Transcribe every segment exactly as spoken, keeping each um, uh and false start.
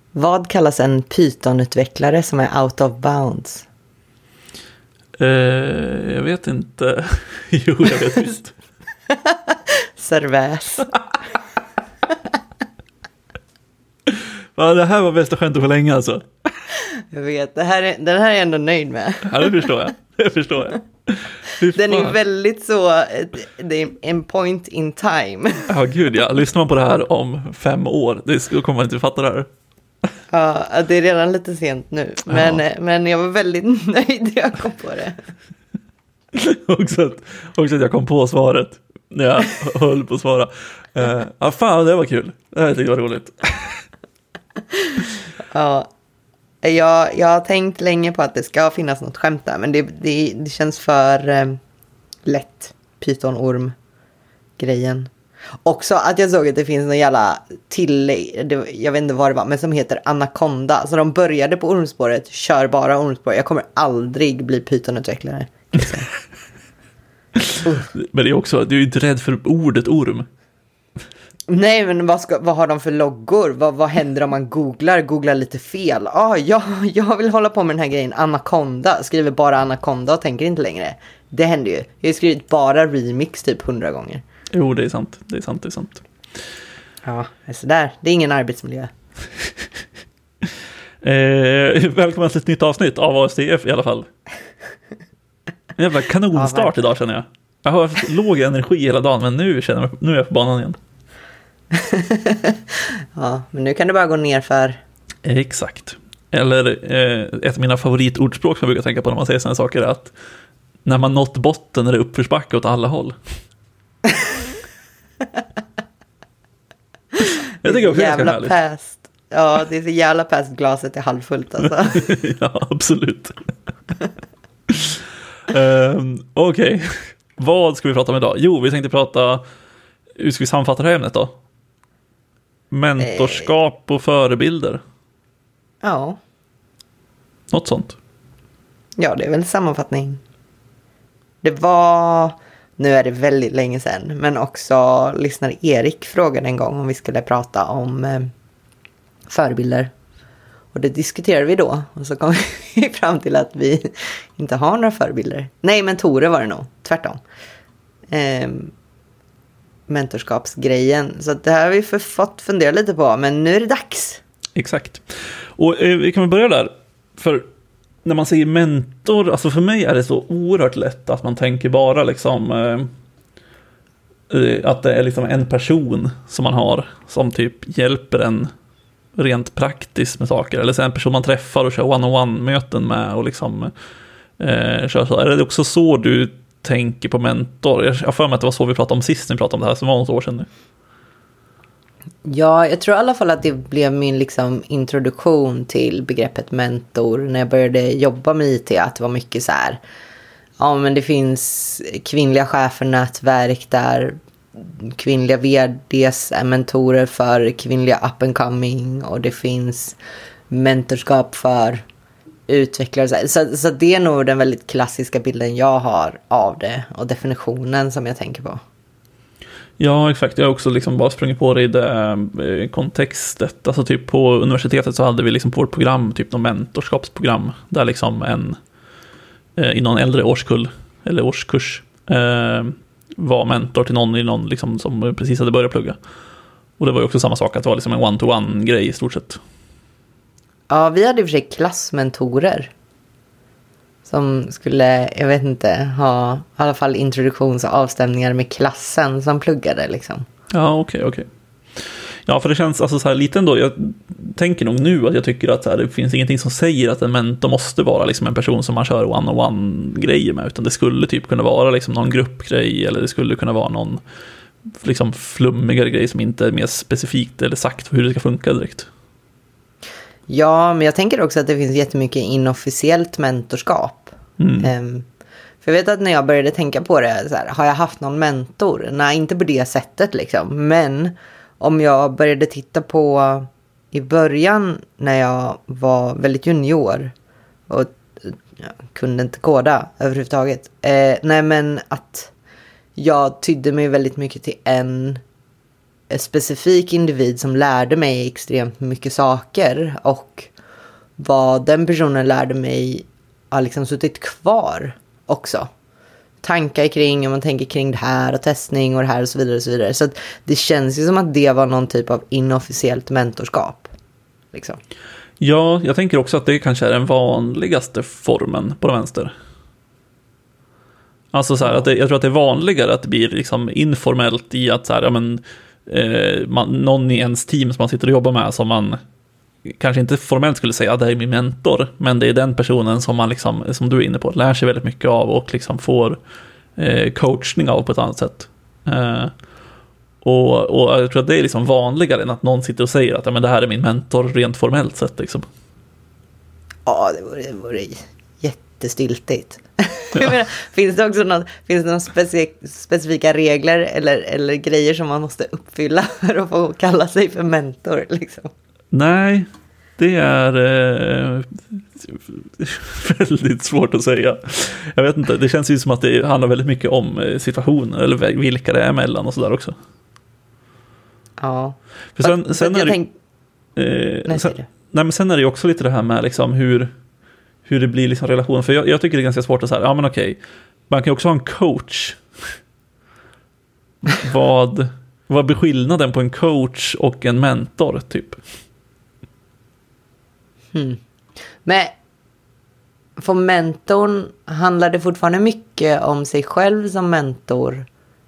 Vad kallas en Python-utvecklare som är out of bounds? Eh, jag vet inte. Jo, jag vet visst. Serväs. Ja, det här var bästa skämtet för länge alltså. Jag vet, det här är, den här är jag ändå nöjd med. Ja, det förstår jag. Det förstår jag. Den är väldigt så, det är en point in time. Ja, gud ja. Lyssnar man på det här om fem år, då kommer man inte fatta det här. Ja, det är redan lite sent nu. Men, ja. men jag var väldigt nöjd när jag kom på det. också, att, också att jag kom på svaret när jag höll på att svara. Uh, ja, fan, det var kul. Det här tyckte jag var roligt. Ja, jag, jag har tänkt länge på att det ska finnas något skämt där. Men det, det, det känns för eh, lätt. Python-orm-grejen. Också att jag såg att det finns någon jävla tillägg, det, jag vet inte vad det var, men som heter Anaconda. Så de började på ormspåret, kör bara ormspår. Jag kommer aldrig bli Python-utvecklare. uh. Men det är också, du är ju inte rädd för ordet orm. Nej, men vad, ska, vad har de för loggor? Vad, vad händer om man googlar? Googlar lite fel. Ah, ja, jag vill hålla på med den här grejen. Anaconda. Skriver bara Anaconda och tänker inte längre. Det händer ju. Jag har skrivit bara remix typ hundra gånger. Jo, det är sant. Det är sant, det är sant. Ja, det är sådär. Det är ingen arbetsmiljö. eh, välkommen till ett nytt avsnitt av A S D F i alla fall. En jävla kanonstart ja, idag känner jag. Jag har haft låg energi hela dagen, men nu känner jag, nu är jag på banan igen. Ja, men nu kan det bara gå ner för. Exakt. Eller eh, ett av mina favoritordspråk som jag brukar tänka på när man säger sådana saker är att när man nått botten är det uppförsbacke åt alla håll. Jag tycker också det är ganska härligt. Past. Ja, det är så jävla past, glaset är halvfullt alltså. Ja, absolut. um, Okej, okay. Vad ska vi prata om idag? Jo, vi tänkte prata, hur ska vi sammanfatta det här ämnet då? Mentorskap och förebilder. Ja. Något sånt. Ja, det är väl sammanfattning. Det var, nu är det väldigt länge sedan, men också lyssnade Erik frågade en gång om vi skulle prata om eh, förebilder. Och det diskuterade vi då. Och så kom vi fram till att vi inte har några förebilder. Nej, mentorer var det nog. Tvärtom. Eh, mentorskapsgrejen. Så det här har vi för, fått fundera lite på. Men nu är det dags. Exakt. Och eh, vi kan väl börja där. För när man säger mentor, alltså för mig är det så oerhört lätt att man tänker bara liksom eh, att det är liksom en person som man har som typ hjälper en rent praktiskt med saker, eller så en person man träffar och kör one-on-one-möten med och liksom eh, kör så. Är det också så du tänker på mentor? Jag har för mig att det var så vi pratade om sist när vi pratade om det här, som var något år sedan nu. Ja, jag tror i alla fall att det blev min liksom introduktion till begreppet mentor när jag började jobba med I T, att det var mycket så här, ja men det finns kvinnliga chefernätverk där kvinnliga V D:s är mentorer för kvinnliga up and coming och det finns mentorskap för utvecklare. Så, så, så det är nog den väldigt klassiska bilden jag har av det och definitionen som jag tänker på. Ja, exakt. Jag har också liksom bara sprungit på det i det kontextet. Alltså typ på universitetet så hade vi liksom på vårt program typ någon mentorskapsprogram där liksom en eh, i någon äldre årskull eller årskurs eh, var mentor till någon i någon liksom som precis hade börjat plugga. Och det var ju också samma sak att det var liksom en one-to-one grej i stort sett. Ja, vi hade i och för sig klassmentorer som skulle, jag vet inte, ha i alla fall introduktions- och avstämningar med klassen som pluggade liksom. Ja, okej, okay, okej. Okay. Ja, för det känns alltså så här lite ändå, jag tänker nog nu att jag tycker att så här, det finns ingenting som säger att en mentor måste vara liksom en person som man kör one-on-one-grejer med, utan det skulle typ kunna vara liksom någon gruppgrej eller det skulle kunna vara någon liksom flummigare grej som inte är mer specifikt eller sagt hur det ska funka direkt. Ja, men jag tänker också att det finns jättemycket inofficiellt mentorskap. Mm. Um, för jag vet att när jag började tänka på det, så här, har jag haft någon mentor? Nej, inte på det sättet liksom. Men om jag började titta på i början när jag var väldigt junior och ja, kunde inte koda överhuvudtaget. Eh, nej, men att jag tydde mig väldigt mycket till en specifik individ som lärde mig extremt mycket saker, och vad den personen lärde mig har liksom suttit kvar också. Tankar kring, om man tänker kring det här och testning och det här och så vidare och så vidare. Så att det känns ju som att det var någon typ av inofficiellt mentorskap. Liksom. Ja, jag tänker också att det kanske är den vanligaste formen på den vänster. Alltså så här, att det, jag tror att det är vanligare att det blir liksom informellt i att så här, ja men, eh, man, någon i ens team som man sitter och jobbar med som man kanske inte formellt skulle säga att det är min mentor, men det är den personen som man liksom, som du är inne på, lär sig väldigt mycket av och liksom får eh, coachning av på ett annat sätt. Eh, och, och jag tror att det är liksom vanligare än att någon sitter och säger att ja, men det här är min mentor rent formellt sett liksom. Ja, det vore, det vore jättestiltigt. Ja. Jag menar, finns det också någon, finns det några speci- specifika regler eller, eller grejer som man måste uppfylla för att få kalla sig för mentor liksom? Nej, det är eh, väldigt svårt att säga. Jag vet inte, det känns ju som att det handlar väldigt mycket om situationer eller vilka det är mellan och sådär också. Ja. För sen, för, sen är det, tänk... eh, nej, sen, nej, men sen är det ju också lite det här med liksom hur, hur det blir liksom relation. För jag, jag tycker det är ganska svårt att säga, ja men okej, man kan ju också ha en coach. vad, vad blir skillnaden på en coach och en mentor typ? Hmm. Men för mentorn handlar det fortfarande mycket om sig själv som mentor,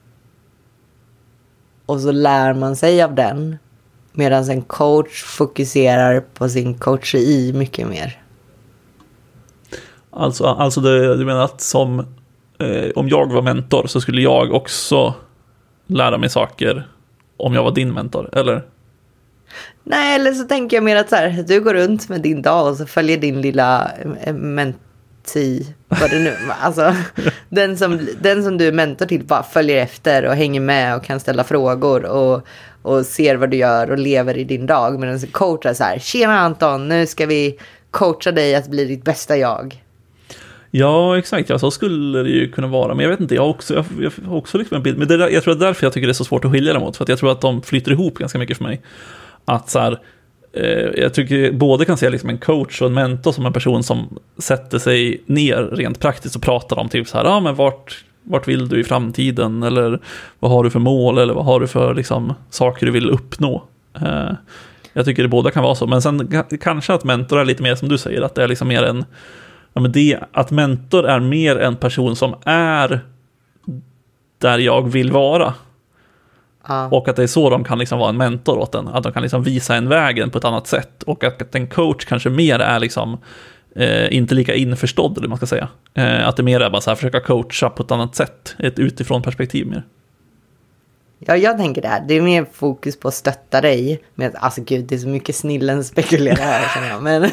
och så lär man sig av den, medan en coach fokuserar på sin coachei mycket mer. Alltså, alltså det, du menar att som eh, om jag var mentor så skulle jag också lära mig saker om jag var din mentor, eller? Nej, eller så tänker jag mer att så här, du går runt med din dag och så följer din lilla menti, vad det nu, alltså den som, den som du är mentor till bara följer efter och hänger med och kan ställa frågor och, och ser vad du gör och lever i din dag. Medan en coach är så här, tjena Anton, nu ska vi coacha dig att bli ditt bästa jag. Ja, exakt. Ja, så skulle det ju kunna vara. Men jag vet inte, jag har också, jag, jag har också liksom en bild. Men det där, jag tror att därför jag tycker det är så svårt att skilja dem åt. För att jag tror att de flyter ihop ganska mycket för mig. Att så här, eh, jag tycker både kan se liksom en coach och en mentor som en person som sätter sig ner rent praktiskt och pratar om typ så här, ja ah, men vart, vart vill du i framtiden? Eller vad har du för mål? Eller vad har du för liksom, saker du vill uppnå? Eh, jag tycker det båda kan vara så. Men sen kanske att mentor är lite mer som du säger, att det är liksom mer en ja, men det, att mentor är mer en person som är där jag vill vara. Ah. Och att det är så de kan liksom vara en mentor åt en. Att de kan liksom visa en vägen på ett annat sätt. Och att en coach kanske mer är liksom eh, inte lika införstådd, eller man ska säga. Eh, att det mer är bara så här, försöka coacha på ett annat sätt. Ett utifrån perspektiv mer. Ja, jag tänker det här. Det är mer fokus på att stötta dig. Med, alltså gud, det är så mycket snillen spekulerar här, känner jag. Men...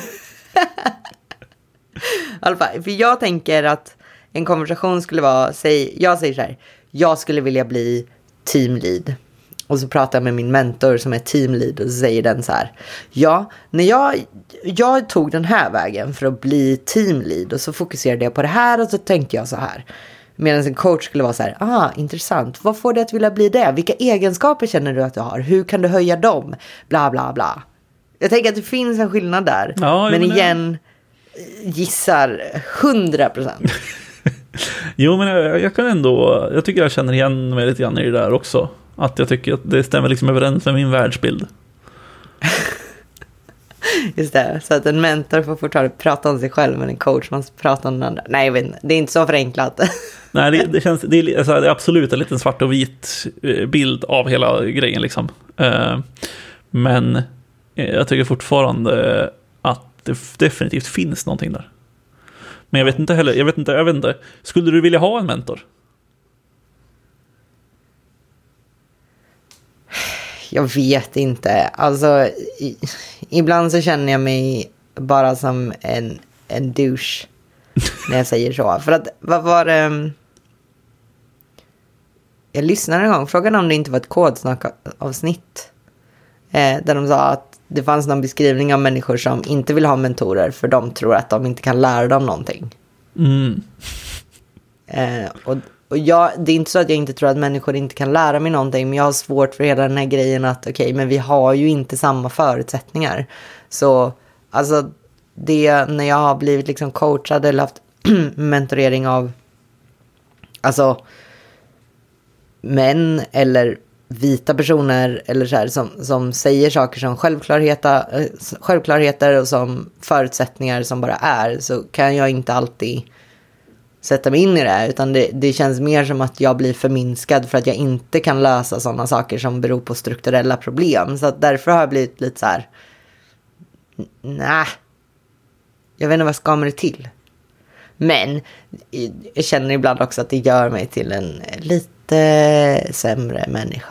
Alltså, för jag tänker att en konversation skulle vara, säg, jag säger så här, jag skulle vilja bli teamlead. Och så pratar jag med min mentor som är teamlead och så säger den så här, ja, när jag, jag tog den här vägen för att bli teamlead och så fokuserade jag på det här och så tänkte jag så här. Medan en coach skulle vara så här, ah, intressant, vad får dig att vilja bli det? Vilka egenskaper känner du att du har? Hur kan du höja dem? Bla bla bla. Jag tänker att det finns en skillnad där. Ja, men igen... gissar hundra procent. Jo, men jag, jag kan ändå, jag tycker jag känner igen mig lite grann i det där också. Att jag tycker att det stämmer liksom överens med min världsbild. Just det, så att en mentor får fortfarande prata om sig själv, men en coach måste prata om den andra. Nej, jag vet inte, det är inte så förenklat. Nej, det, det känns, det är, alltså, det är absolut en liten svart och vit bild av hela grejen liksom. Men jag tycker fortfarande att det definitivt finns någonting där. Men jag vet inte heller, jag vet inte, jag vet inte. Skulle du vilja ha en mentor? Jag vet inte. Alltså, i, ibland så känner jag mig bara som en, en douche när jag säger så. För att, vad var det... Jag lyssnade en gång, frågan om det inte var ett kodsnackavsnitt. Eh, där de sa att det fanns någon beskrivning av människor som inte vill ha mentorer för de tror att de inte kan lära dem någonting. Mm. Eh, och och jag, det är inte så att jag inte tror att människor inte kan lära mig någonting, men jag har svårt för hela den här grejen att okej, okay, men vi har ju inte samma förutsättningar. Så alltså det, när jag har blivit liksom coachad eller haft mentorering av alltså män eller vita personer eller så här, som, som säger saker som självklarheter, självklarheter och som förutsättningar som bara är, så kan jag inte alltid sätta mig in i det här, utan det, det känns mer som att jag blir förminskad för att jag inte kan lösa sådana saker som beror på strukturella problem. Så att därför har jag blivit lite så här, nej, jag vet inte vad ska med det till. Men jag känner ibland också att det gör mig till en lite sämre människa.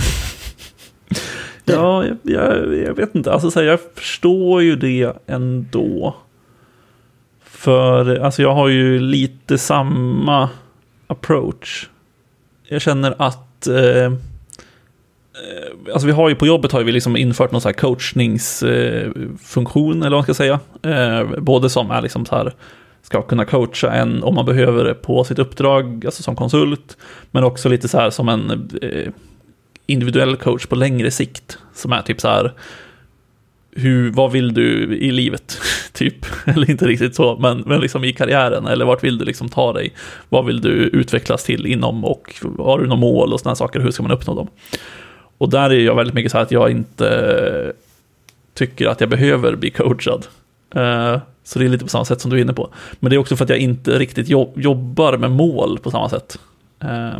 Ja, jag, jag, jag vet inte. Alltså, så här, jag förstår ju det ändå. För alltså, jag har ju lite samma approach. Jag känner att eh, alltså, vi har ju på jobbet har vi liksom infört någon så här coachningsfunktion, eller vad man ska säga. Eh, både som är liksom så här, ska kunna coacha en om man behöver det på sitt uppdrag, alltså som konsult, men också lite så här som en eh, individuell coach på längre sikt, som är typ så här, hur, vad vill du i livet typ, eller inte riktigt så, men, men liksom i karriären, eller vart vill du liksom ta dig, vad vill du utvecklas till inom, och har du några mål och sådana saker, hur ska man uppnå dem? Och där är jag väldigt mycket så här att jag inte tycker att jag behöver bli coachad. Uh, så det är lite på samma sätt som du är inne på. Men det är också för att jag inte riktigt jobb, jobbar med mål på samma sätt uh,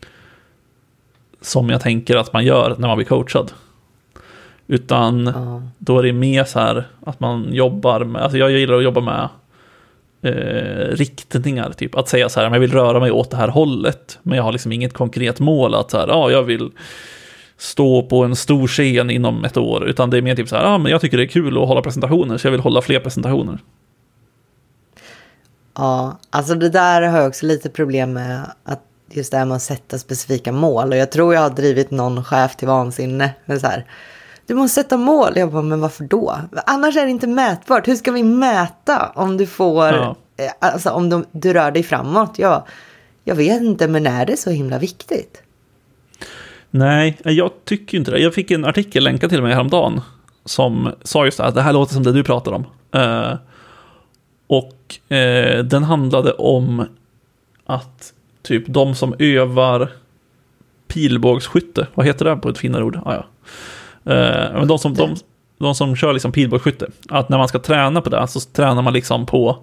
som jag tänker att man gör när man blir coachad. Utan uh. då är det mer så här att man jobbar med, alltså jag gillar att jobba med uh, riktningar, typ att säga så här, jag vill röra mig åt det här hållet, men jag har liksom inget konkret mål att så här, ja, jag vill stå på en stor scen inom ett år, utan det är mer typ så här, ja, ah, men jag tycker det är kul att hålla presentationer, så jag vill hålla fler presentationer. Ja, alltså det där har jag också lite problem med, att just det här med att sätta specifika mål, och jag tror jag har drivit någon chef till vansinne med så här, du måste sätta mål. Jag bara, men varför då? Annars är det inte mätbart. Hur ska vi mäta om du får, ja. alltså om du, du rör dig framåt? Jag, jag vet inte, men är det så himla viktigt? Nej, jag tycker inte det. Jag fick en artikel länkad till mig häromdagen som sa just att det här låter som det du pratar om. Uh, och uh, den handlade om att typ de som övar pilbågsskytte, vad heter det på ett finare ord? Ah, ja. uh, men de som, de, de som kör liksom pilbågsskytte, att när man ska träna på det så tränar man liksom på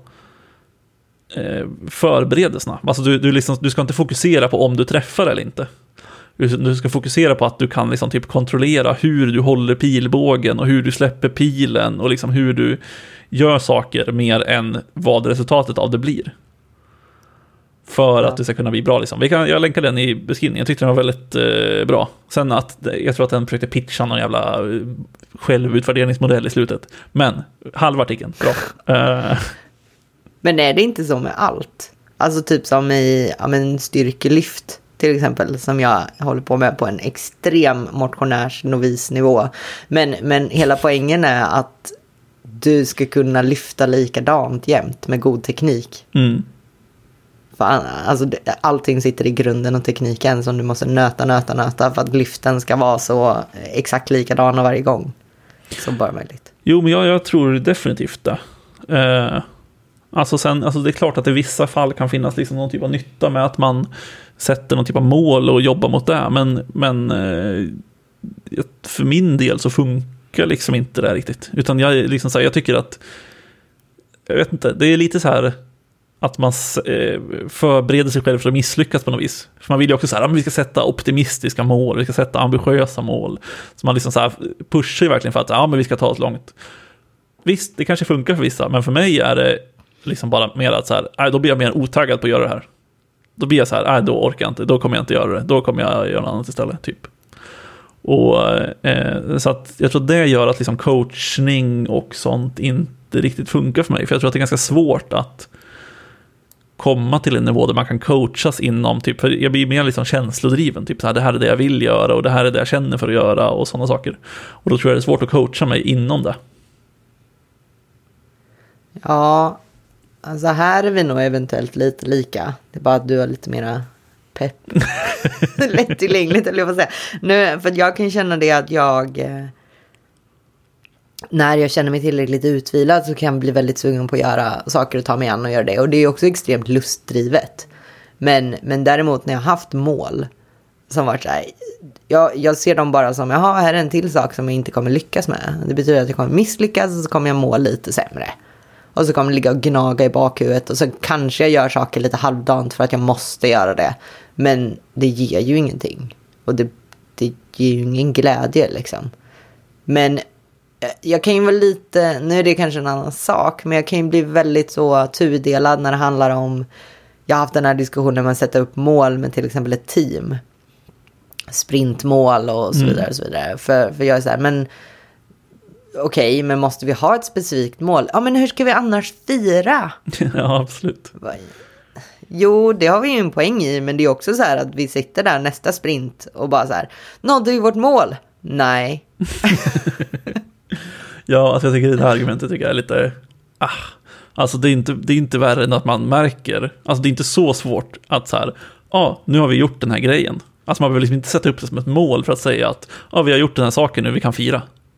uh, förberedelserna. Alltså du, du, liksom, du ska inte fokusera på om du träffar eller inte. Du ska fokusera på att du kan liksom typ kontrollera hur du håller pilbågen och hur du släpper pilen och liksom hur du gör saker mer än vad resultatet av det blir. För ja. Att du ska kunna bli bra liksom. Vi kan, jag länkar den i beskrivningen. Jag tyckte den var väldigt eh, bra. Sen att jag tror att den försökte pitcha någon jävla självutvärderingsmodell i slutet. Men halva artikeln, bra. uh. Men är det inte så med allt? Alltså typ som i ja, men styrkelyft till exempel, som jag håller på med på en extrem motionärs novisnivå. Men, men hela poängen är att du ska kunna lyfta likadant jämt med god teknik. Mm. För, alltså, allting sitter i grunden och tekniken som du måste nöta, nöta, nöta för att lyften ska vara så exakt likadana varje gång. Så bara möjligt. Jo, men jag, jag tror definitivt det. Uh, alltså, sen, alltså det är klart att i vissa fall kan finnas liksom någon typ av nytta med att man sätter någon typ av mål och jobbar mot det. Men, men eh, för min del så funkar liksom inte det riktigt. Utan jag, liksom så här, jag tycker att jag vet inte, det är lite så här att man eh, förbereder sig själv för att misslyckas på något vis. För man vill ju också så här, vi ska sätta optimistiska mål, vi ska sätta ambitiösa mål. Så man liksom så här pushar ju verkligen för att ja, men vi ska ta oss långt. Visst, det kanske funkar för vissa, men för mig är det liksom bara mer att så här, nej, då blir jag mer otaggad på att göra det här. Då blir jag så här, nej, då orkar jag inte, då kommer jag inte göra det, då kommer jag göra något annat istället, typ. Och eh, så att jag tror det gör att liksom coachning och sånt inte riktigt funkar för mig, för jag tror att det är ganska svårt att komma till en nivå där man kan coachas inom, typ, för jag blir mer liksom känslodriven, typ så här, det här är det jag vill göra och det här är det jag känner för att göra och sådana saker. Och då tror jag det är svårt att coacha mig inom det. Ja, alltså här är vi nog eventuellt lite lika. Det är bara att du har lite mera pepp. Lättillgängligt, eller jag får säga. Nu, för jag kan känna det att jag... Eh, när jag känner mig tillräckligt utvilad så kan jag bli väldigt sugen på att göra saker och ta mig an och göra det. Och det är också extremt lustdrivet. Men, men däremot när jag har haft mål som varit så här, jag, jag ser dem bara som, jaha, här är en till sak som jag inte kommer lyckas med. Det betyder att jag kommer misslyckas och så kommer jag må lite sämre. Och så kommer det ligga och gnaga i bakhuvudet och så kanske jag gör saker lite halvdant för att jag måste göra det. Men det ger ju ingenting. Och det, det ger ju ingen glädje liksom. Men jag kan ju vara lite, nu är det kanske en annan sak, men jag kan ju bli väldigt så tudelad när det handlar om, jag har haft den här diskussionen med att sätta upp mål med till exempel ett team. Sprintmål och så vidare. Mm. Och så vidare. För, för jag är så här, men okej, okay, men måste vi ha ett specifikt mål? Ja, men hur ska vi annars fira? Ja, absolut. Jo, det har vi ju en poäng i, men det är också så här att vi sitter där nästa sprint och bara så här, nådde vi vårt mål? Nej. Ja, alltså jag tycker det här argumentet tycker jag är lite, ah, alltså det är inte, det är inte värre än att man märker, alltså det är inte så svårt att så här, ja, ah, nu har vi gjort den här grejen. Alltså man behöver liksom inte sätta upp det som ett mål för att säga att, ja, ah, vi har gjort den här saken nu, vi kan fira.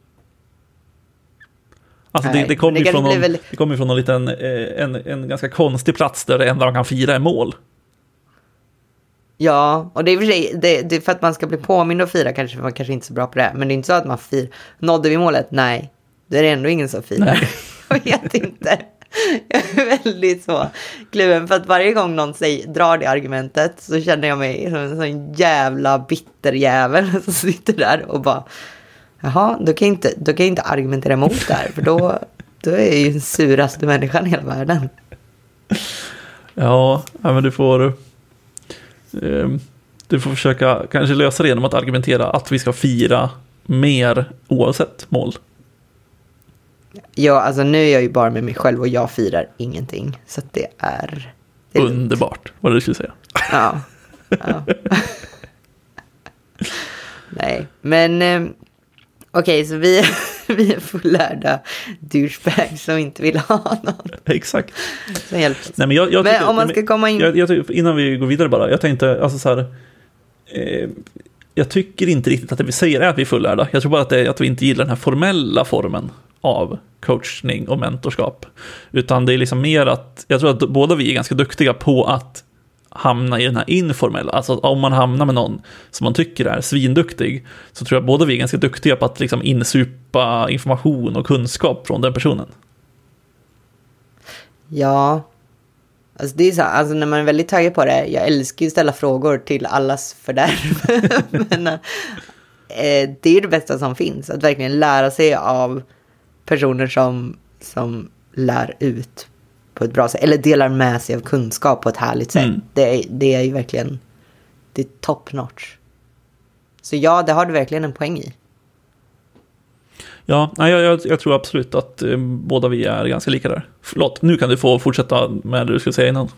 Alltså Nej, det, det kommer ju från, någon, väl... det kommer från någon liten, eh, en, en ganska konstig plats där det enda man kan fira är mål. Ja, och det är för sig, det, det är för att man ska bli påmind och fira kanske, för man kanske inte är så bra på det. Men det är inte så att man firar, nådde vi målet? Nej, det är ändå ingen som firar. Nej. Jag vet inte. Jag är väldigt så kluven, för att varje gång någon säger, drar det argumentet så känner jag mig som en sån jävla bitterjävel som sitter där och bara, jaha, då kan jag inte, då kan jag inte argumentera emot det här, för då, då är jag ju den suraste människan i hela världen. Ja, men du får du får försöka kanske lösa det genom att argumentera att vi ska fira mer oavsett mål. Ja, alltså nu är jag ju bara med mig själv och jag firar ingenting. Så att det är... Det är underbart, lugnt. Vad du skulle säga. Ja. ja. Nej, men... Eh, Okej, okay, så vi, vi är fullärda douchebags som inte vill ha någon. Exakt. Som hjälper oss. Nej, men jag, jag tycker, men om man ska komma in... Jag, jag, innan vi går vidare bara, jag tänkte, alltså så här... Eh, jag tycker inte riktigt att det vi säger är att vi är fullärda. Jag tror bara att, det, att vi inte gillar den här formella formen av coachning och mentorskap. Utan det är liksom mer att, jag tror att båda vi är ganska duktiga på att hamna i den här informella, alltså om man hamnar med någon som man tycker är svinduktig, så tror jag båda vi är ganska duktiga på att liksom insupa information och kunskap från den personen. Ja, alltså det är så, alltså när man är väldigt taggad på det, jag älskar ju att ställa frågor till allas fördärv. Men eh, det är det bästa som finns, att verkligen lära sig av personer som, som lär ut på ett bra sätt, eller delar med sig av kunskap på ett härligt sätt. Mm. Det, är, det är ju verkligen, det är top notch. Så ja, det har du verkligen en poäng i. Ja, jag, jag, jag tror absolut att eh, båda vi är ganska lika där. Förlåt, nu kan du få fortsätta med det du skulle säga innan.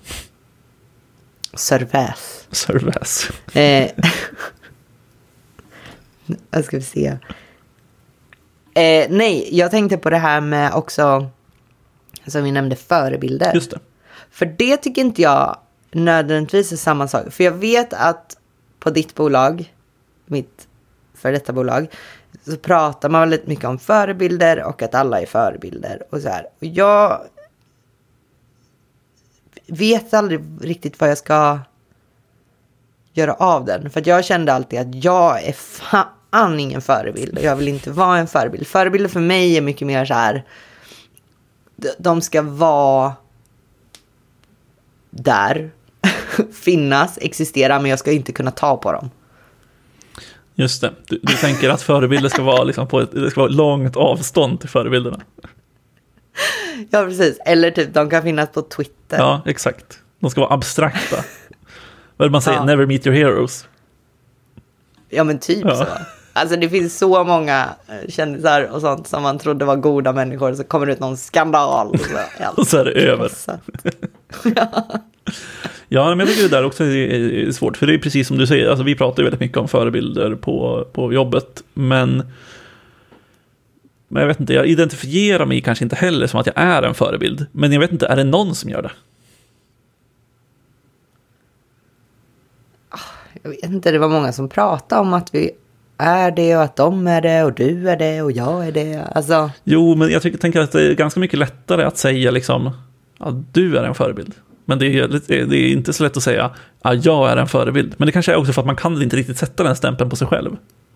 Serväs. Serväs. Eh, jag ska vi se. Eh, nej, jag tänkte på det här med också, som vi nämnde, förebilder. Just det. För det tycker inte jag nödvändigtvis är samma sak. För jag vet att på ditt bolag, mitt för detta bolag, så pratar man väldigt mycket om förebilder och att alla är förebilder och så här. Och jag vet aldrig riktigt vad jag ska göra av den. För att jag kände alltid att jag är fan ingen förebild och jag vill inte vara en förebild. Förebilder för mig är mycket mer så här, de ska vara där, finnas, existera, men jag ska inte kunna ta på dem. Just det. Du, du tänker att förebilder ska vara liksom på ett, det ska vara långt avstånd till förebilderna. Ja, precis. Eller typ, de kan finnas på Twitter. Ja, exakt. De ska vara abstrakta. Vad är det man säger? Ja. Never meet your heroes. Ja, men typ ja. så. Alltså det finns så många kändisar och sånt som man trodde var goda människor, så kommer det ut någon skandal. Och så, och så är det över. ja. Ja, men jag tycker det där också är svårt. För det är precis som du säger, alltså vi pratar ju väldigt mycket om förebilder på, på jobbet. Men, men jag vet inte, jag identifierar mig kanske inte heller som att jag är en förebild. Men jag vet inte, är det någon som gör det? jag vet inte, det var många som pratade om att vi är det och att de är det och du är det och jag är det. Alltså... Jo, men jag tycker, tänker att det är ganska mycket lättare att säga liksom att du är en förebild. Men det är, det är inte så lätt att säga att jag är en förebild. Men det kanske är också för att man kan inte riktigt sätta den stämpeln på sig själv.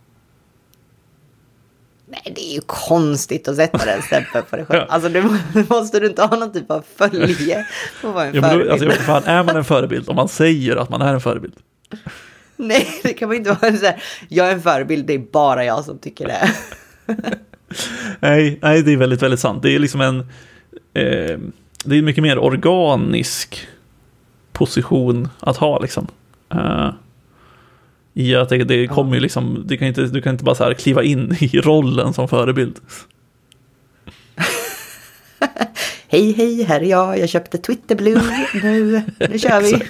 Nej, det är ju konstigt att sätta den stämpeln på dig själv. Ja. Alltså, du måste du inte ha någon typ av följe på att vara en ja, förebild. Då, alltså, fan, är man en förebild om man säger att man är en förebild? Nej, det kan man inte vara så här. Jag är en förebild, det är bara jag som tycker det. nej, nej, det är väldigt, väldigt sant. Det är liksom en... Eh, det är mycket mer organisk position att ha liksom. Uh, I att det, det kommer ju liksom, du kan inte, du kan inte bara så här kliva in i rollen som förebild. Hej, hej, här är jag. Jag köpte Twitter Blue. Nu, nu kör vi.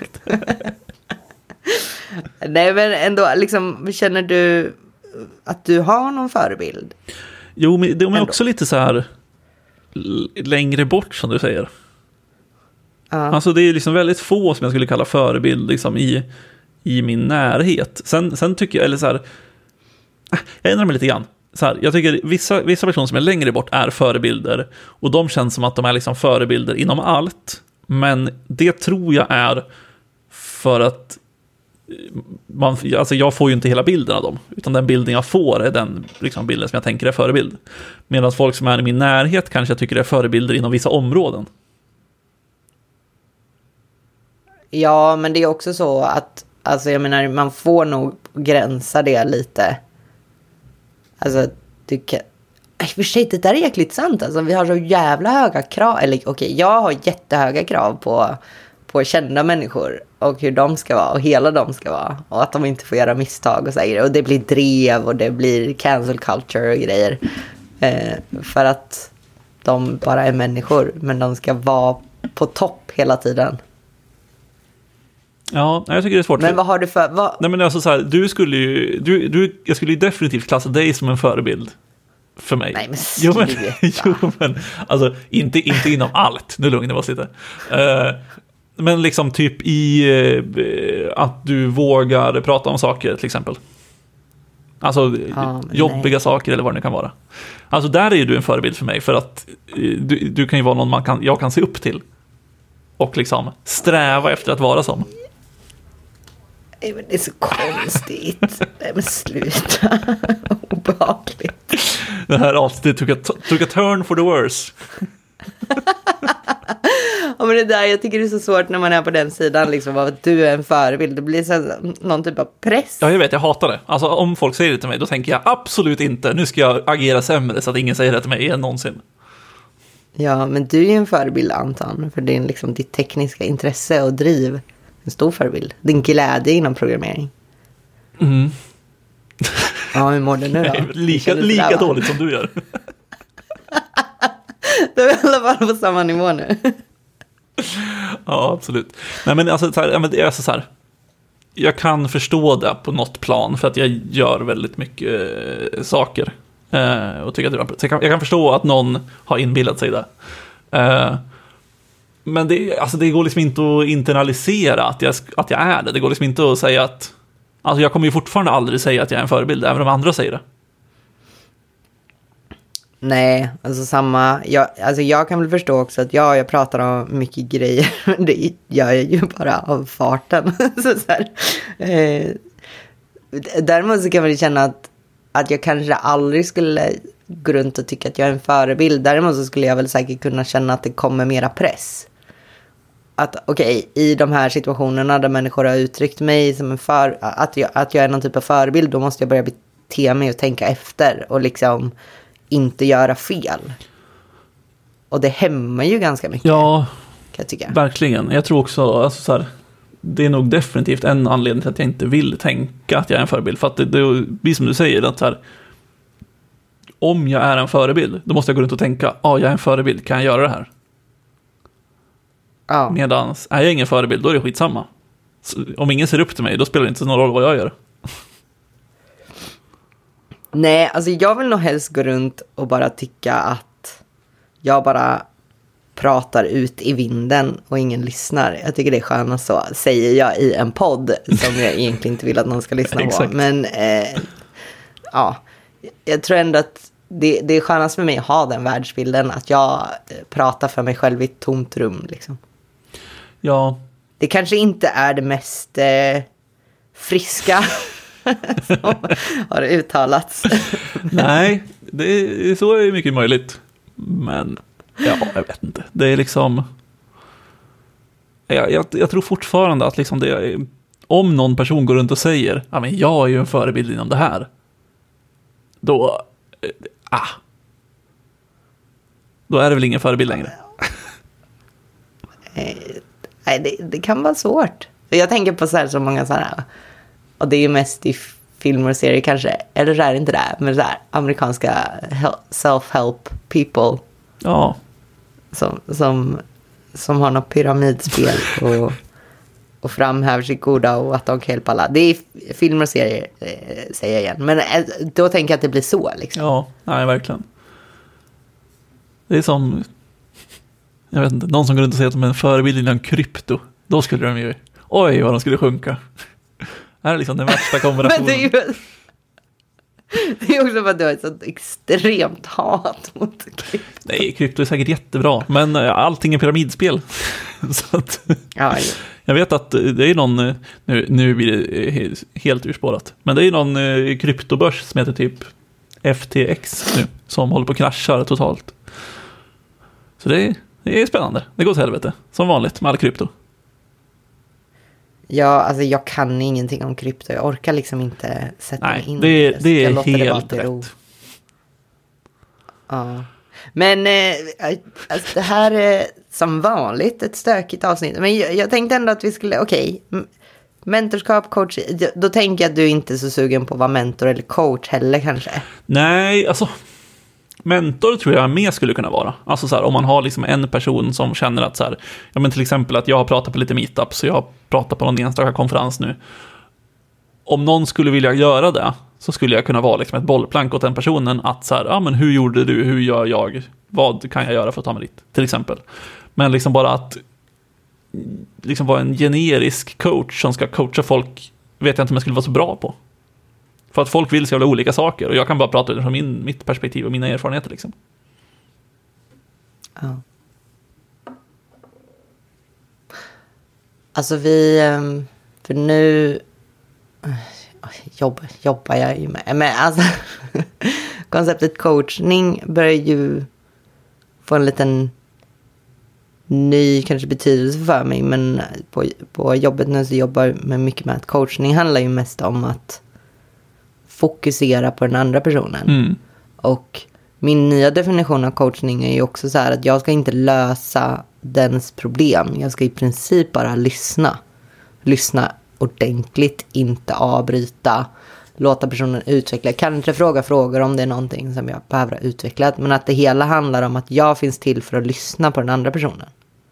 Nej, men ändå, liksom, känner du att du har någon förebild? Jo, men de är också lite så här längre bort som du säger. Uh. Alltså det är liksom väldigt få som jag skulle kalla förebild liksom i, i min närhet. Sen, sen tycker jag, eller så här, jag ändrar mig lite grann. Så här, jag tycker vissa, vissa personer som är längre bort är förebilder och de känns som att de är liksom förebilder inom allt. Men det tror jag är för att man, alltså jag får ju inte hela bilden av dem, utan den bilden jag får är den liksom bilden som jag tänker är förebild. Medan folk som är i min närhet kanske jag tycker är förebilder inom vissa områden. Ja, men det är också så att, alltså jag menar, man får nog gränsa det lite. Alltså, du kan... I och för sig, det där är jäkligt sant. Alltså, vi har så jävla höga krav. Eller okej, okay, jag har jättehöga krav på, på kända människor. Och hur de ska vara. Och hela de ska vara. Och att de inte får göra misstag och så här. Och det blir drev och det blir cancel culture och grejer. Eh, för att de bara är människor. Men de ska vara på topp hela tiden. Ja, jag tycker det är svårt. Men vad har du för... Vad... Nej, men alltså så här, du skulle ju... Du, du, jag skulle ju definitivt klassa dig som en förebild. För mig. Nej, men jo, men, jo, men alltså, inte, inte inom allt. Nu lugnar vi oss lite. Uh, men liksom typ i uh, att du vågar prata om saker, till exempel. Alltså ja, jobbiga nej. saker eller vad det nu kan vara. Alltså där är ju du en förebild för mig. För att uh, du, du kan ju vara någon man kan, jag kan se upp till. Och liksom sträva efter att vara som. Nej, men det är så konstigt. Nej, men sluta. Obehagligt. Det här avsnittet tog a, tog a turn for the worse. Ja, men det där, jag tycker det är så svårt när man är på den sidan liksom, av att du är en förebild. Det blir så någon typ av press. Ja, jag vet, jag hatar det. Alltså om folk säger det till mig, då tänker jag absolut inte. Nu ska jag agera sämre så att ingen säger det till mig igen någonsin. Ja, men du är ju en förebild, Anton. För din, liksom, ditt tekniska intresse och driv. En stor förebild. Din glädje inom programmering. Mm. Ja, hur mår du nu då? Nej, lika lika dåligt som du gör. Du är i alla fall på samma nivå nu. Ja, absolut. Nej, men alltså, så här, men det är alltså så här. Jag kan förstå det på något plan. För att jag gör väldigt mycket eh, saker. Eh, och tycker att det, så jag, kan, jag kan förstå att någon har inbillat sig det. Eh, Men det, alltså det går liksom inte att internalisera att jag, att jag är det. Det går liksom inte att säga att... Alltså jag kommer ju fortfarande aldrig säga att jag är en förebild, även om andra säger det. Nej, alltså samma... Jag, alltså jag kan väl förstå också att ja, jag pratar om mycket grejer. Men det gör jag ju bara av farten. så så här, eh, däremot så kan man ju känna att, att jag kanske aldrig skulle gå runt och tycka att jag är en förebild. Däremot så skulle jag väl säkert kunna känna att det kommer mera press. Att okej, okay, i de här situationerna där människor har uttryckt mig som en för, att, jag, att jag är någon typ av förebild, då måste jag börja bete mig och tänka efter och liksom inte göra fel. Och det hämmar ju ganska mycket. Ja, kan jag tycka. Verkligen. Jag tror också, alltså så här, det är nog definitivt en anledning till att jag inte vill tänka att jag är en förebild. För att det, det blir som du säger, att så här, om jag är en förebild, då måste jag gå runt och tänka, ja, ah, jag är en förebild, kan jag göra det här? Ja. Medan är jag ingen förebild, då är det skitsamma. Så om ingen ser upp till mig, då spelar det inte någon roll vad jag gör. Nej, alltså jag vill nog helst gå runt och bara tycka att jag bara pratar ut i vinden och ingen lyssnar. Jag tycker det är skönast så, säger jag i en podd som jag egentligen inte vill att någon ska lyssna på. Men eh, ja, jag tror ändå att det, det är skönast för mig att ha den världsbilden, att jag pratar för mig själv i ett tomt rum. Liksom. Ja. Det kanske inte är det mest eh, friska som har uttalats. Nej, det är, så är det mycket möjligt. Men ja, jag vet inte. Det är liksom... Jag, jag, jag tror fortfarande att liksom det är, om någon person går runt och säger ja, men jag är ju en förebild inom det här. Då... Ah. Då är det väl ingen förebild längre. Nej, det, det kan vara svårt. Jag tänker på så här så många så här... Och det är ju mest i filmer och serier kanske. Eller så är det inte det. Men så här, amerikanska self-help people. Ja. Som, som, som har något pyramidspel och, och framhäver sitt goda och att de kan hjälpa alla. Det är filmer och serier, säger jag igen. Men då tänker jag att det blir så. Liksom. Ja, nej, verkligen. Det är som... Jag vet inte, någon som går runt och säger att de är en förebild inom krypto. Då skulle de ju... Oj, vad de skulle sjunka. Det här är liksom den värsta kombinationen. Men det är ju... Det är också för att du har ett sånt extremt hat mot krypto. Nej, krypto är säkert jättebra. Men allting är pyramidspel. Så att... Ja, ja. Jag vet att det är någon... Nu, nu blir det helt urspårat. Men det är någon kryptobörs som heter typ F T X nu. Som håller på att krascha totalt. Så det är... Det är spännande. Det går till helvete. Som vanligt med all krypto. Ja, alltså jag kan ingenting om krypto. Jag orkar liksom inte sätta Nej, mig in det är, det är helt det rätt. Ro. Ja. Men eh, alltså det här är som vanligt ett stökigt avsnitt. Men jag, jag tänkte ändå att vi skulle, okej. Okay, mentorskap, coach. Då tänker jag att du inte är så sugen på att vara mentor eller coach heller kanske. Nej, alltså... Mentor tror jag mer skulle kunna vara. Alltså så här, om man har liksom en person som känner att så här, ja men till exempel att jag har pratat på lite meetups så jag har pratat på någon enstaka konferens nu. Om någon skulle vilja göra det så skulle jag kunna vara liksom ett bollplank åt den personen att så här, ja men hur gjorde du, hur gör jag, vad kan jag göra för att ta mig dit, till exempel. Men liksom bara att liksom vara en generisk coach som ska coacha folk vet jag inte om jag skulle vara så bra på. För att folk vill så jävla olika saker. Och jag kan bara prata utifrån min, mitt perspektiv och mina erfarenheter liksom. Ja. Alltså vi... För nu... Jobb, jobbar jag ju med. Men alltså... konceptet coachning börjar ju få en liten ny kanske betydelse för mig. Men på, på jobbet nu så jobbar jag med mycket med att coachning handlar ju mest om att fokusera på den andra personen. Mm. Och min nya definition av coachning är ju också så här att jag ska inte lösa dens problem. Jag ska i princip bara lyssna. Lyssna ordentligt, inte avbryta. Låta personen utveckla. Kanske fråga frågor om det är någonting som jag behöver ha utvecklat. Men att det hela handlar om att jag finns till för att lyssna på den andra personen.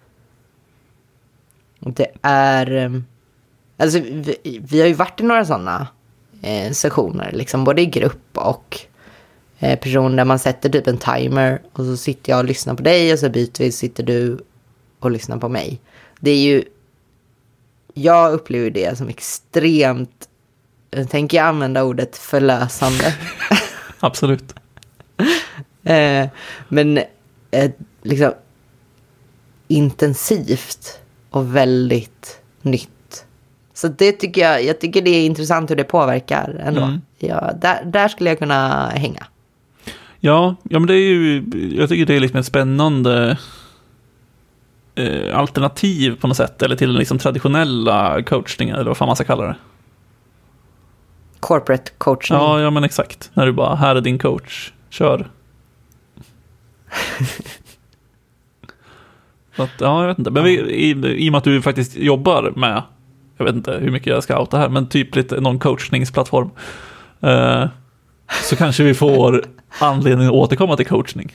Och det är... Alltså vi, vi har ju varit i några sådana Eh, sessioner, liksom både i grupp och eh, person där man sätter typ en timer och så sitter jag och lyssnar på dig och så byter sitter du och lyssnar på mig. Det är ju jag upplever det som extremt, tänker jag använda ordet förlösande. Absolut. eh, men eh, liksom intensivt och väldigt nytt. Så det tycker jag, jag tycker det är intressant hur det påverkar ändå. Mm. Ja, där, där skulle jag kunna hänga. Ja, ja men det är ju, jag tycker det är liksom ett spännande eh, alternativ på något sätt. Eller till den liksom traditionella coachningen, eller vad fan man ska kalla det. Corporate coaching. Ja, ja men exakt. När du bara, här är din coach, kör. Så att, ja, jag vet inte. Men vi, i, i och med att du faktiskt jobbar med, jag vet inte hur mycket jag ska outa här, men typ lite någon coachningsplattform. Eh, så kanske vi får anledning att återkomma till coachning.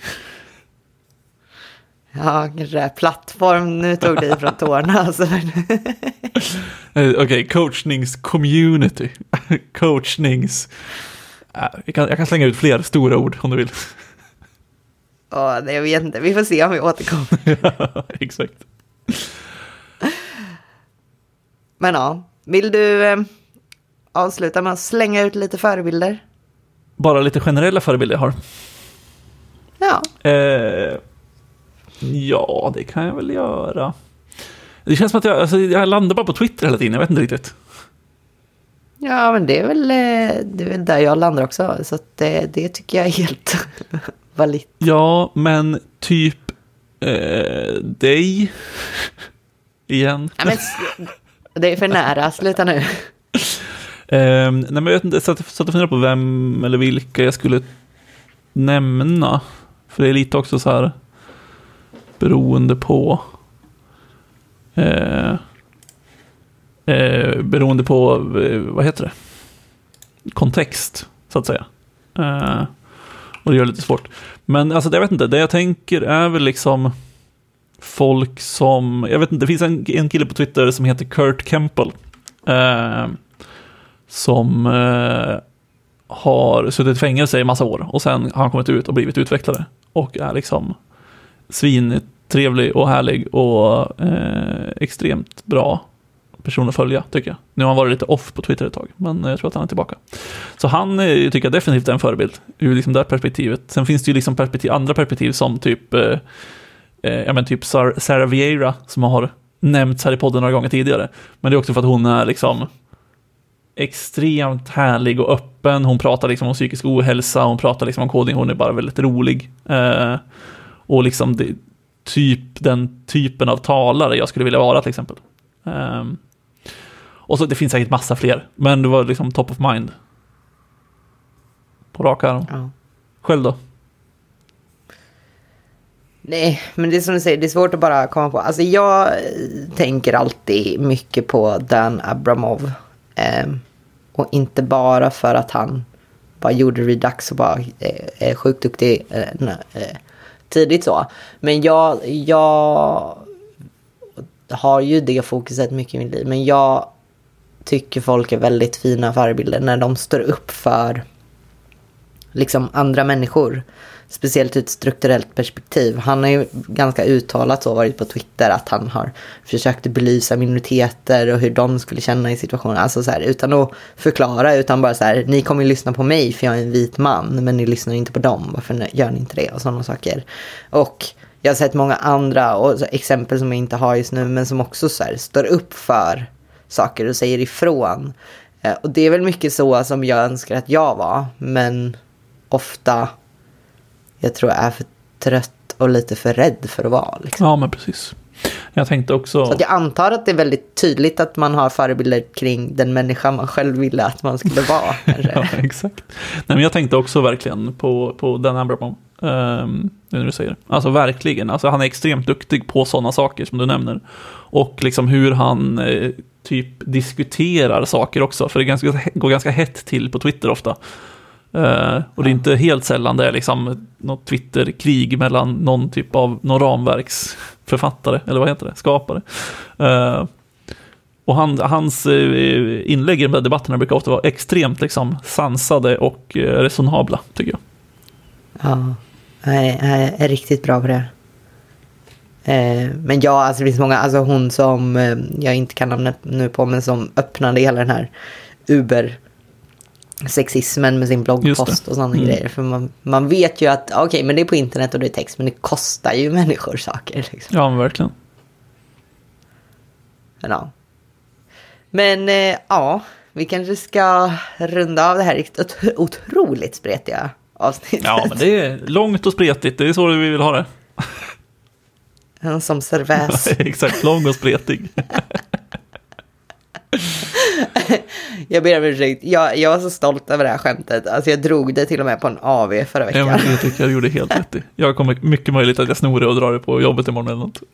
Ja, kanske det är plattform. Nu tog det ifrån tårna. Alltså. Okej, okay, coachnings-community. Coachnings... Jag kan, jag kan slänga ut fler stora ord om du vill. Åh, nej, jag vet inte. Vi får se om vi återkommer. Ja, exakt. Men ja, vill du eh, avsluta med att slänga ut lite förebilder? Bara lite generella förebilder jag har. Ja. Eh, ja, det kan jag väl göra. Det känns som att jag, alltså, jag landar bara på Twitter hela tiden, jag vet inte riktigt. Ja, men det är väl, det är väl där jag landar också. Så att det, det tycker jag är helt valid. Ja, men typ eh, dig igen. Ja, men det är för nära, sluta nu. Eh, nej, men jag vet inte, så att, så att jag funderar på vem eller vilka jag skulle nämna. För det är lite också så här beroende på eh, eh, beroende på eh, vad heter det? Kontext, så att säga. Eh, och det gör det lite svårt. Men alltså, jag vet inte, det jag tänker är väl liksom folk som, jag vet inte, det finns en, en kille på Twitter som heter Kurt Kemple. Eh, som eh, har suttit i fängelse i massa år och sen har han kommit ut och blivit utvecklare och är liksom svintrevlig och härlig och eh, extremt bra person att följa, tycker jag. Nu har han varit lite off på Twitter ett tag, men jag tror att han är tillbaka. Så han eh, tycker jag definitivt är en förebild ur liksom det här perspektivet. Sen finns det ju liksom perspektiv, andra perspektiv som typ eh, eh, ja, men typ Sar- Sarah Vieira som har nämnts här i podden några gånger tidigare. Men det är också för att hon är liksom extremt härlig och öppen. Hon pratar liksom om psykisk ohälsa, hon pratar liksom om koding, hon är bara väldigt rolig. Eh, och liksom det, typ den typen av talare jag skulle vilja vara till exempel. Eh, och så det finns säkert massa fler, men det var liksom top of mind. På rak arm. Ja. Själv då? Nej, men det är som du säger, det är svårt att bara komma på. Alltså jag tänker alltid mycket på Dan Abramov. Eh, och inte bara för att han bara gjorde Redux och bara eh, är sjukt duktig eh, nej, eh, tidigt så. Men jag, jag har ju det fokuset mycket i mitt liv. Men jag tycker folk är väldigt fina förebilder när de står upp för liksom andra människor. Speciellt ur ett strukturellt perspektiv. Han har ju ganska uttalat så varit på Twitter att han har försökt belysa minoriteter och hur de skulle känna i situationen. Alltså så här, utan att förklara, utan bara så här, ni kommer ju lyssna på mig för jag är en vit man, men ni lyssnar inte på dem. Varför gör ni inte det? Och sådana saker. Och jag har sett många andra och så, exempel som jag inte har just nu, men som också så här, står upp för saker och säger ifrån. Eh, och det är väl mycket så som jag önskar att jag var, men ofta jag tror jag är för trött och lite för rädd för att vara. Liksom. Ja, men precis. Jag tänkte också... Så att jag antar att det är väldigt tydligt att man har förebilder kring den människa man själv ville att man skulle vara. Ja, exakt. Nej, men jag tänkte också verkligen på, på Dan Abramov. Um, när du säger. Alltså verkligen. Alltså, han är extremt duktig på sådana saker som du nämner. Och liksom hur han eh, typ diskuterar saker också. För det ganska, går ganska hett till på Twitter ofta. Uh, och det är inte helt sällan det är liksom något Twitter-krig mellan någon typ av någon ramverksförfattare, eller vad heter det, skapare. Uh, och han, hans uh, inlägg i de där debatterna brukar ofta vara extremt liksom sansade och uh, resonabla, tycker jag. Ja, jag är, jag är riktigt bra på det. Uh, men ja, alltså det finns många, alltså hon som uh, jag inte kan namnet nu på, men som öppnade hela den här Uber sexismen med sin bloggpost och sådana mm. grejer. För man, man vet ju att okej, okay, men det är på internet och det är text, men det kostar ju människor saker. Liksom. Ja, men verkligen. Men ja, men, eh, ja vi kanske ska runda av det här riktigt otroligt spretiga avsnittet. Ja, men det är långt och spretigt. Det är så vi vill ha det. Som serväs. Exakt, lång och spretig. Jag ber om ursäkt. Jag, jag var så stolt över det här skämtet. Alltså jag drog det till och med på en A V förra veckan. Ja, men jag tycker jag gjorde helt rätt i. Jag kommer mycket möjligt att jag snor det och drar det på jobbet imorgon eller något.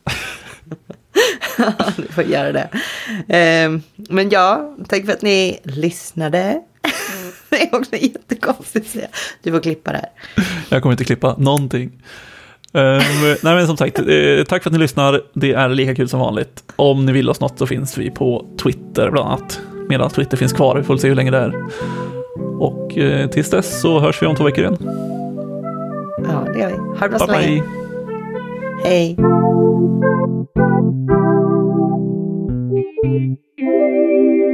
Du får göra det. Um, men ja, tack för att ni lyssnade. Det är också jättekonstigt att säga. Du får klippa det här. Jag kommer inte klippa någonting. Um, nej men som sagt, eh, tack för att ni lyssnar. Det är lika kul som vanligt. Om ni vill oss något så finns vi på Twitter bland annat. Medan Twitter finns kvar, vi får se hur länge det är. Och eh, tills dess så hörs vi om två veckor igen. Ja, det gör vi. Ha det bra så bye, länge. bye. Hej.